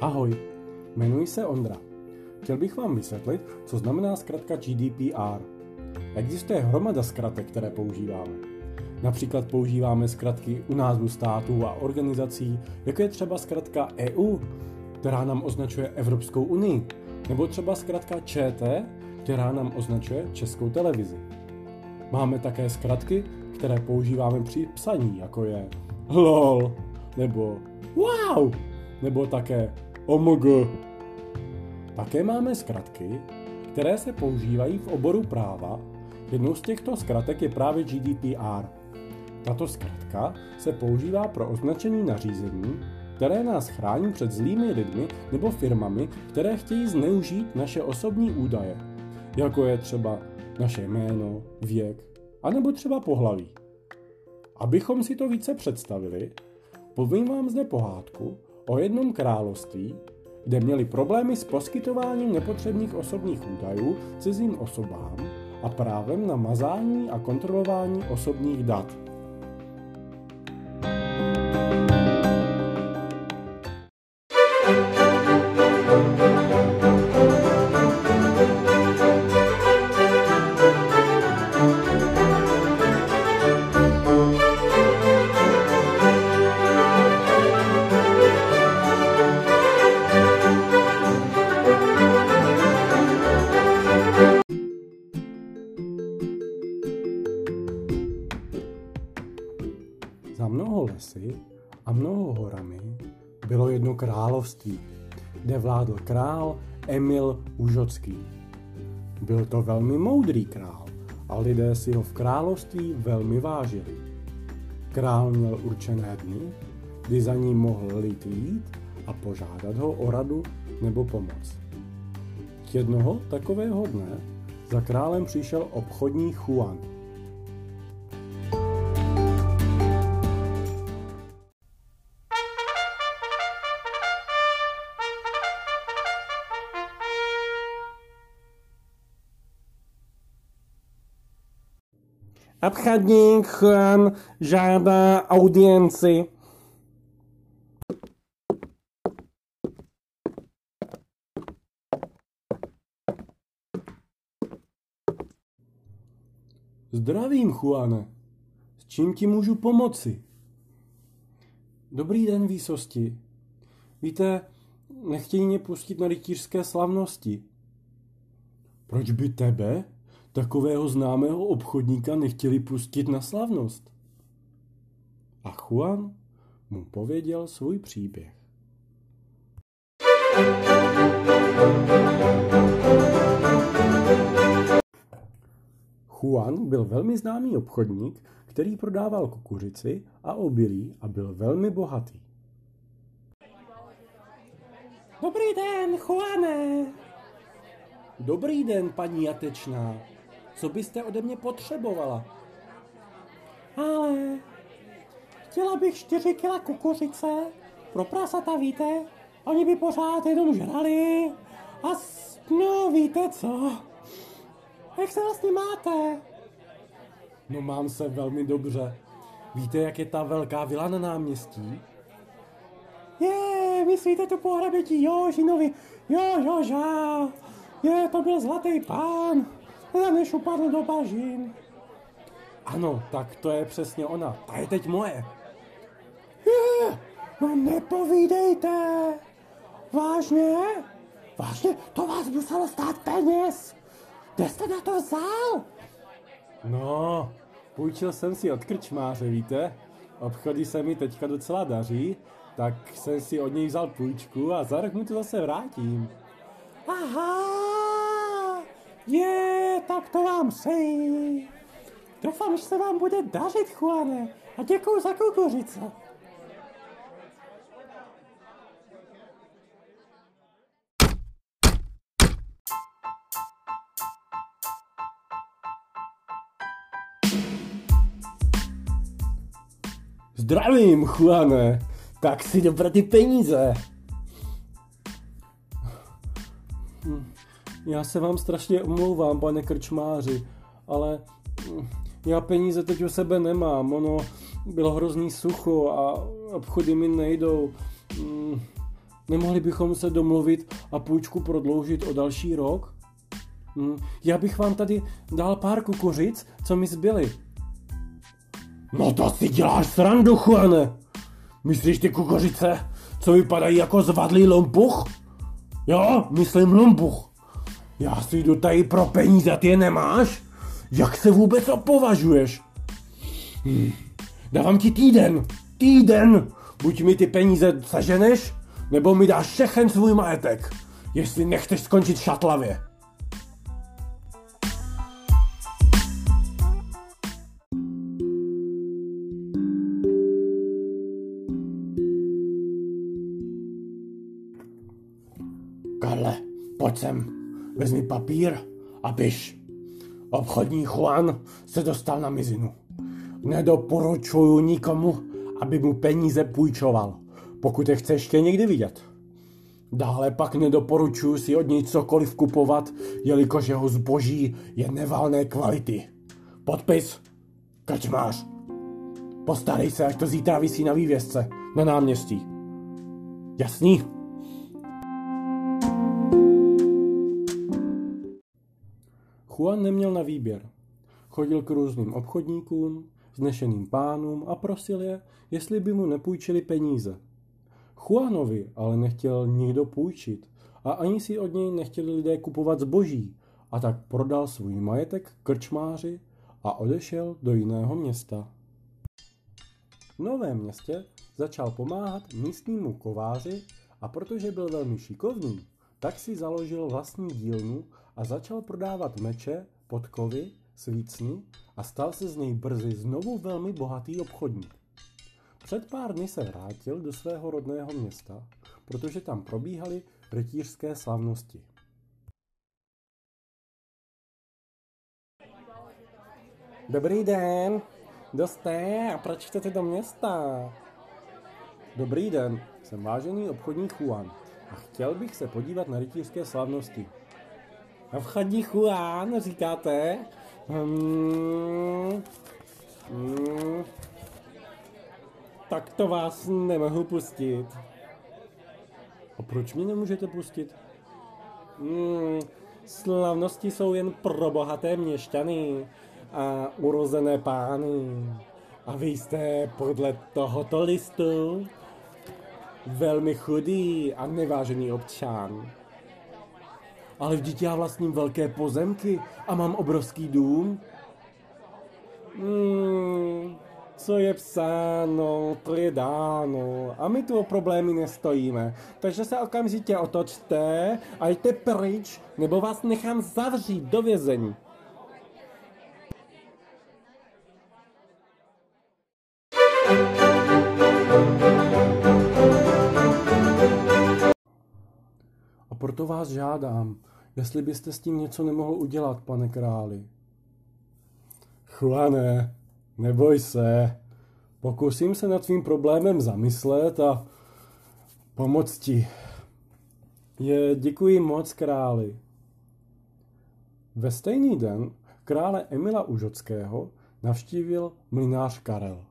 Ahoj, jmenuji se Ondra. Chtěl bych vám vysvětlit, co znamená zkratka GDPR. Existuje hromada zkratek, které používáme. Například používáme zkratky u názvu států a organizací, jako je třeba zkratka EU, která nám označuje Evropskou unii, nebo třeba zkratka ČT, která nám označuje Českou televizi. Máme také zkratky, které používáme při psaní, jako je LOL, nebo WOW, nebo také OMG. Také máme zkratky, které se používají v oboru práva. Jednou z těchto zkratek je právě GDPR. Tato zkratka se používá pro označení nařízení, které nás chrání před zlými lidmi nebo firmami, které chtějí zneužít naše osobní údaje, jako je třeba naše jméno, věk, anebo třeba pohlaví. Abychom si to více představili, povím vám zde pohádku o jednom království, kde měli problémy s poskytováním nepotřebných osobních údajů cizím osobám a právem na mazání a kontrolování osobních dat. Za mnoho lesy a mnoho horami bylo jedno království, kde vládl král Emil Užocký. Byl to velmi moudrý král a lidé si ho v království velmi vážili. Král měl určené dny, kdy za ním mohl lid jít a požádat ho o radu nebo pomoc. Jednoho takového dne za králem přišel obchodník Juan. Obchodník Juan žádá audienci. Zdravím, Juane. S čím ti můžu pomoci? Dobrý den, výsosti. Víte, nechtějí mě pustit na rytířské slavnosti. Proč by tebe, takového známého obchodníka, nechtěli pustit na slavnost? A Juan mu pověděl svůj příběh. Juan byl velmi známý obchodník, který prodával kukuřici a obilí a byl velmi bohatý. Dobrý den, Juane. Dobrý den, paní Jatečná. Co byste ode mě potřebovala? Ale chtěla bych 4 kila kukuřice pro prasata, víte? Oni by pořád jenom žrali a no víte co? Jak se vlastně máte? No, mám se velmi dobře. Víte, jak je ta velká vila na náměstí? Myslíte tu po hraběti Jožinovi? Jo. To byl zlatý pán, než upadl do bažin. Ano, tak to je přesně ona. Ta je teď moje. No nepovídejte. Vážně? Vážně? To vás muselo stát peněz. Kde jste na to vzal? No, půjčil jsem si od krčmáře, víte? Obchody se mi teďka docela daří, tak jsem si od něj vzal půjčku a za rok mu to zase vrátím. Aha, tak to vám přeji. Doufám, že se vám bude dařit, Juane, a děkuju za kukuřice. Zdravím, Juane, tak si dobře ty peníze. Já se vám strašně omlouvám, pane krčmáři, ale já peníze teď u sebe nemám, ono bylo hrozný sucho a obchody mi nejdou. Nemohli bychom se domluvit a půjčku prodloužit o další rok? Já bych vám tady dal pár kukuřic, co mi zbyly. No to si děláš srandu, Juane. Myslíš ty kukuřice, co vypadají jako zvadlý lumpuch? Jo, myslím lumpuch. Já si jdu tady pro peníze, ty je nemáš? Jak se vůbec opovažuješ? Dávám ti týden. Buď mi ty peníze seženeš, nebo mi dáš všechen svůj majetek, jestli nechceš skončit šatlavě. Karle, pojď sem, vezmi papír a piš. Obchodní Juan se dostal na mizinu. Nedoporučuju nikomu, aby mu peníze půjčoval, pokud je chce ještě někdy vidět. Dále pak nedoporučuju si od něj cokoliv kupovat, jelikož jeho zboží je nevalné kvality. Podpis: Krčmář. Postarej se, ať to zítra visí na vývězce, na náměstí. Jasný? Juan neměl na výběr. Chodil k různým obchodníkům, vznešeným pánům a prosil je, jestli by mu nepůjčili peníze. Juanovi ale nechtěl nikdo půjčit a ani si od něj nechtěli lidé kupovat zboží, a tak prodal svůj majetek krčmáři a odešel do jiného města. V novém městě začal pomáhat místnímu kováři a protože byl velmi šikovný, tak si založil vlastní dílnu a začal prodávat meče, podkovy, svícny a stal se z něj brzy znovu velmi bohatý obchodník. Před pár dny se vrátil do svého rodného města, protože tam probíhaly rytířské slavnosti. Dobrý den, kdo jste a proč chcete do města? Dobrý den, jsem vážený obchodník Juan a chtěl bych se podívat na rytířské slavnosti. Obchodník Juan, říkáte? Tak to vás nemohu pustit. A proč mě nemůžete pustit? Slavnosti jsou jen pro bohaté měšťany a urozené pány. A vy jste podle tohoto listu velmi chudý a nevážený občan. Ale vždyť já vlastním velké pozemky a mám obrovský dům. Co je psáno, to je dáno. A my tu o problémy nestojíme. Takže se okamžitě otočte a jděte pryč, nebo vás nechám zavřít do vězení. A proto vás žádám, jestli byste s tím něco nemohl udělat, pane králi. Juane, neboj se. Pokusím se nad svým problémem zamyslet a pomoct ti. Děkuji moc, králi. Ve stejný den krále Emila Užockého navštívil mlynář Karel.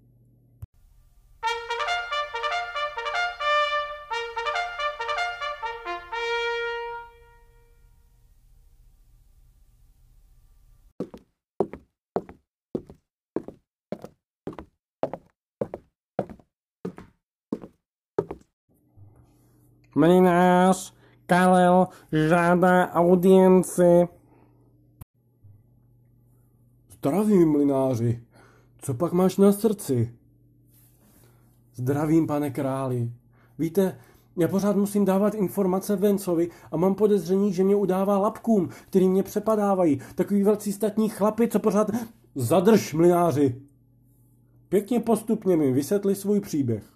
Mlynář Karel žádá audienci. Zdravím, mlynáři. Co pak máš na srdci? Zdravím, pane králi. Víte, já pořád musím dávat informace Vencovi a mám podezření, že mě udává lapkům, který mě přepadávají. Takový velcí statní chlapi, co pořád... Zadrž, mlynáři. Pěkně postupně mi vysvětli svůj příběh.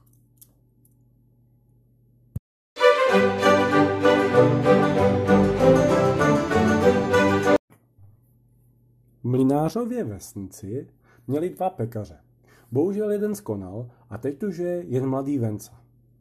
V mlynářově vesnici měli 2 pekaře. Bohužel jeden skonal a teď tu žije jen mladý Venca.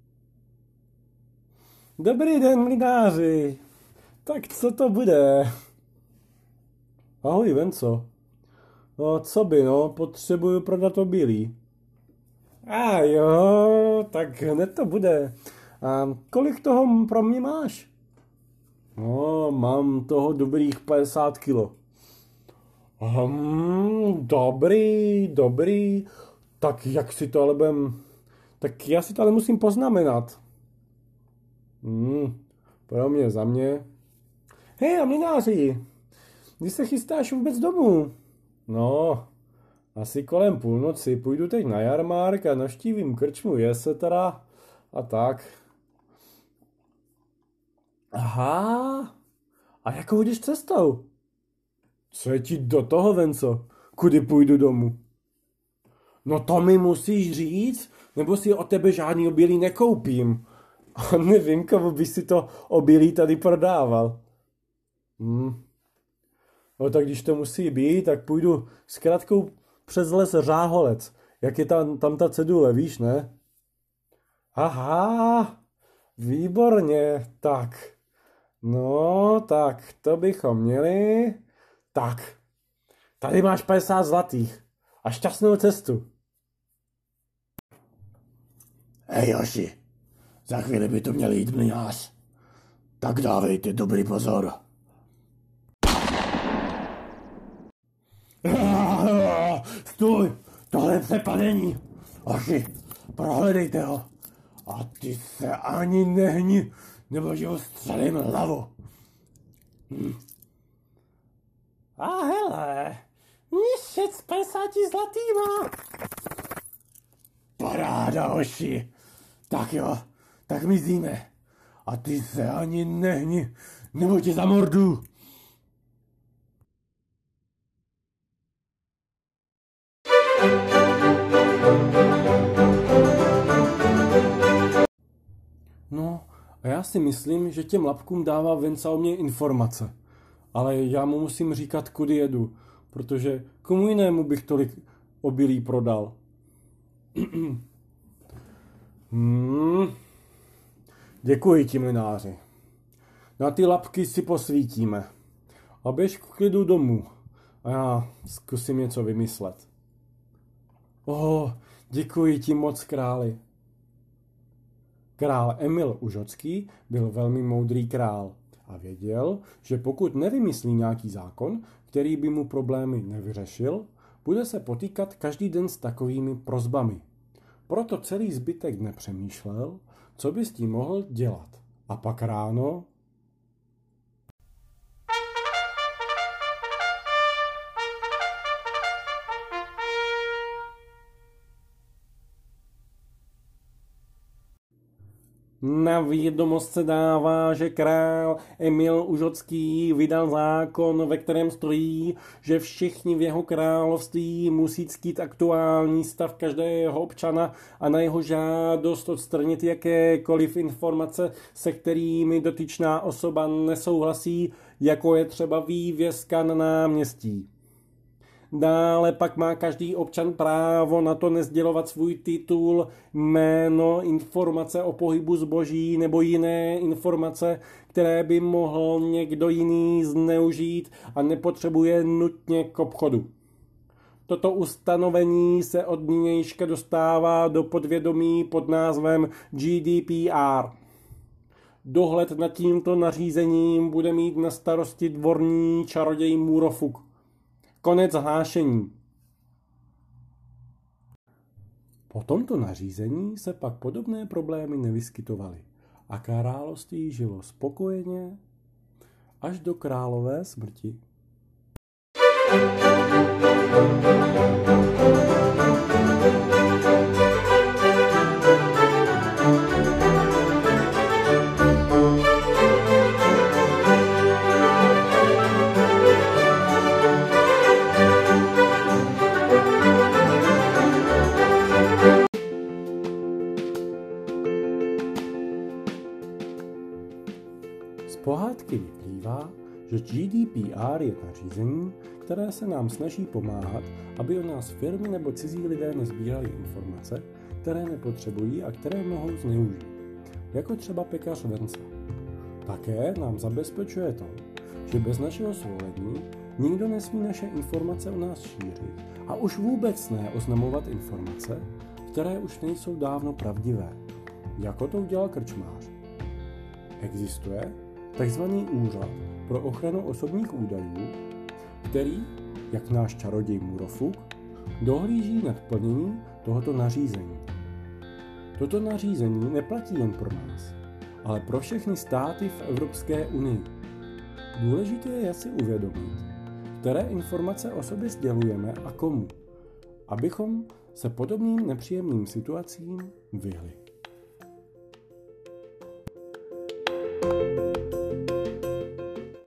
Dobrý den, mlynáři. Tak co to bude? Ahoj, Venco. No, co by, potřebuju prodat obilí. A jo, tak hned to bude. A kolik toho pro mě máš? No, mám toho dobrých 50 kilo. Dobrý. Tak jak si to ale budem... Tak já si to ale musím poznamenat. Pro mě, za mě. Hej, a mlynáři, kdy se chystáš vůbec domů? No, asi kolem půlnoci. Půjdu teď na jarmárk a navštívím krčmu Jesetera a tak. Aha, a jakou jdeš cestou? Co je ti do toho, Venco? Kudy půjdu domů? No to mi musíš říct, nebo si od tebe žádný obilí nekoupím. A nevím, komu by si to obilí tady prodával. No tak když to musí být, tak půjdu s kratkou přes les Řáholec. Jak je tam ta cedule, víš, ne? Aha, výborně, tak. No, tak, to bychom měli. Tak, tady máš 50 zlatých a šťastnou cestu. Hej Joši, za chvíli by to měl jít mlynář. Tak dávejte dobrý pozor. Stůj, tohle je přepadení. Hoši, prohledejte ho. A ty se ani nehni, nebo že ho střelím hlavu. A hele, nižšet s 50 zlatýma. Paráda, hoši. Tak jo, tak mizíme. A ty se ani nehni, nebo tě zamordu. No, a já si myslím, že těm lapkům dává Venca o mě informace. Ale já mu musím říkat, kudy jedu, protože komu jinému bych tolik obilí prodal. Děkuji ti, mlynáři. Na ty lapky si posvítíme. A běž k klidu domů. A já zkusím něco vymyslet. Děkuji ti moc, králi. Král Emil Užocký byl velmi moudrý král a věděl, že pokud nevymyslí nějaký zákon, který by mu problémy nevyřešil, bude se potýkat každý den s takovými prosbami. Proto celý zbytek dne přemýšlel, co by s tím mohl dělat. A pak ráno... Na vědomost se dává, že král Emil Užocký vydal zákon, ve kterém stojí, že všichni v jeho království musí ctít aktuální stav každého občana a na jeho žádost odstranit jakékoliv informace, se kterými dotyčná osoba nesouhlasí, jako je třeba vývězka na náměstí. Dále pak má každý občan právo na to nesdělovat svůj titul, jméno, informace o pohybu zboží nebo jiné informace, které by mohl někdo jiný zneužít a nepotřebuje nutně k obchodu. Toto ustanovení se od nynějška dostává do podvědomí pod názvem GDPR. Dohled nad tímto nařízením bude mít na starosti dvorní čaroděj Můrofuk. Konec hlášení. Po tomto nařízení se pak podobné problémy nevyskytovaly a království žilo spokojeně až do králové smrti. Z pohádky vyplývá, že GDPR je nařízení, které se nám snaží pomáhat, aby o nás firmy nebo cizí lidé nezbírali informace, které nepotřebují a které mohou zneužít, jako třeba pekař Venca. Také nám zabezpečuje to, že bez našeho svolení nikdo nesmí naše informace o nás šířit a už vůbec ne oznamovat informace, které už nejsou dávno pravdivé. jako to udělal krčmář. Existuje takzvaný úřad pro ochranu osobních údajů, který, jak náš čaroděj Murofuk, dohlíží nad plněním tohoto nařízení. Toto nařízení neplatí jen pro nás, ale pro všechny státy v Evropské unii. Důležité je si uvědomit, které informace o sobě sdělujeme a komu, abychom se podobným nepříjemným situacím vyhli.